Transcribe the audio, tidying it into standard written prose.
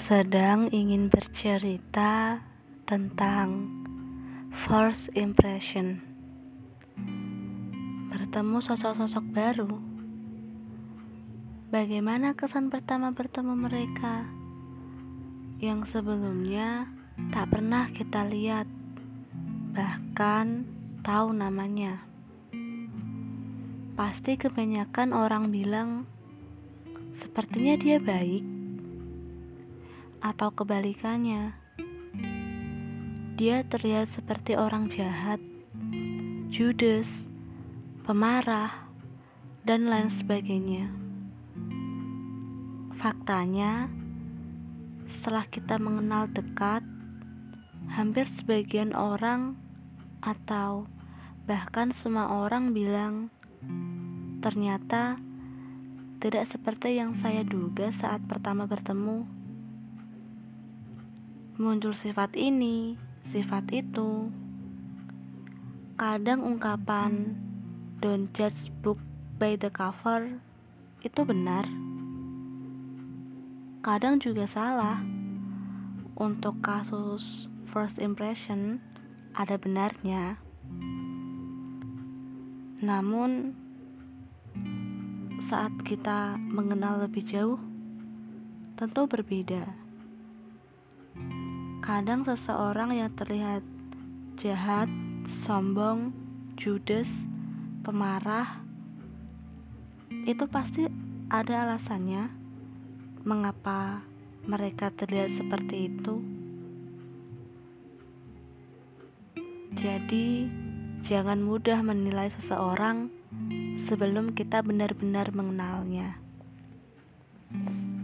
Sedang ingin bercerita tentang first impression. Bertemu sosok-sosok baru. Bagaimana kesan pertama bertemu mereka yang sebelumnya tak pernah kita lihat, bahkan tahu namanya. Pasti kebanyakan orang bilang, sepertinya dia baik, atau kebalikannya, dia terlihat seperti orang jahat, judes, pemarah, dan lain sebagainya. Faktanya, setelah kita mengenal dekat, hampir sebagian orang atau bahkan semua orang bilang, ternyata tidak seperti yang saya duga saat pertama bertemu. Muncul sifat ini, sifat itu. Kadang ungkapan "don't judge book by the cover" itu benar. Kadang juga salah. Untuk kasus first impression ada benarnya. Namun saat kita mengenal lebih jauh, tentu berbeda. Kadang seseorang yang terlihat jahat, sombong, judes, pemarah, itu pasti ada alasannya mengapa mereka terlihat seperti itu. Jadi, jangan mudah menilai seseorang sebelum kita benar-benar mengenalnya.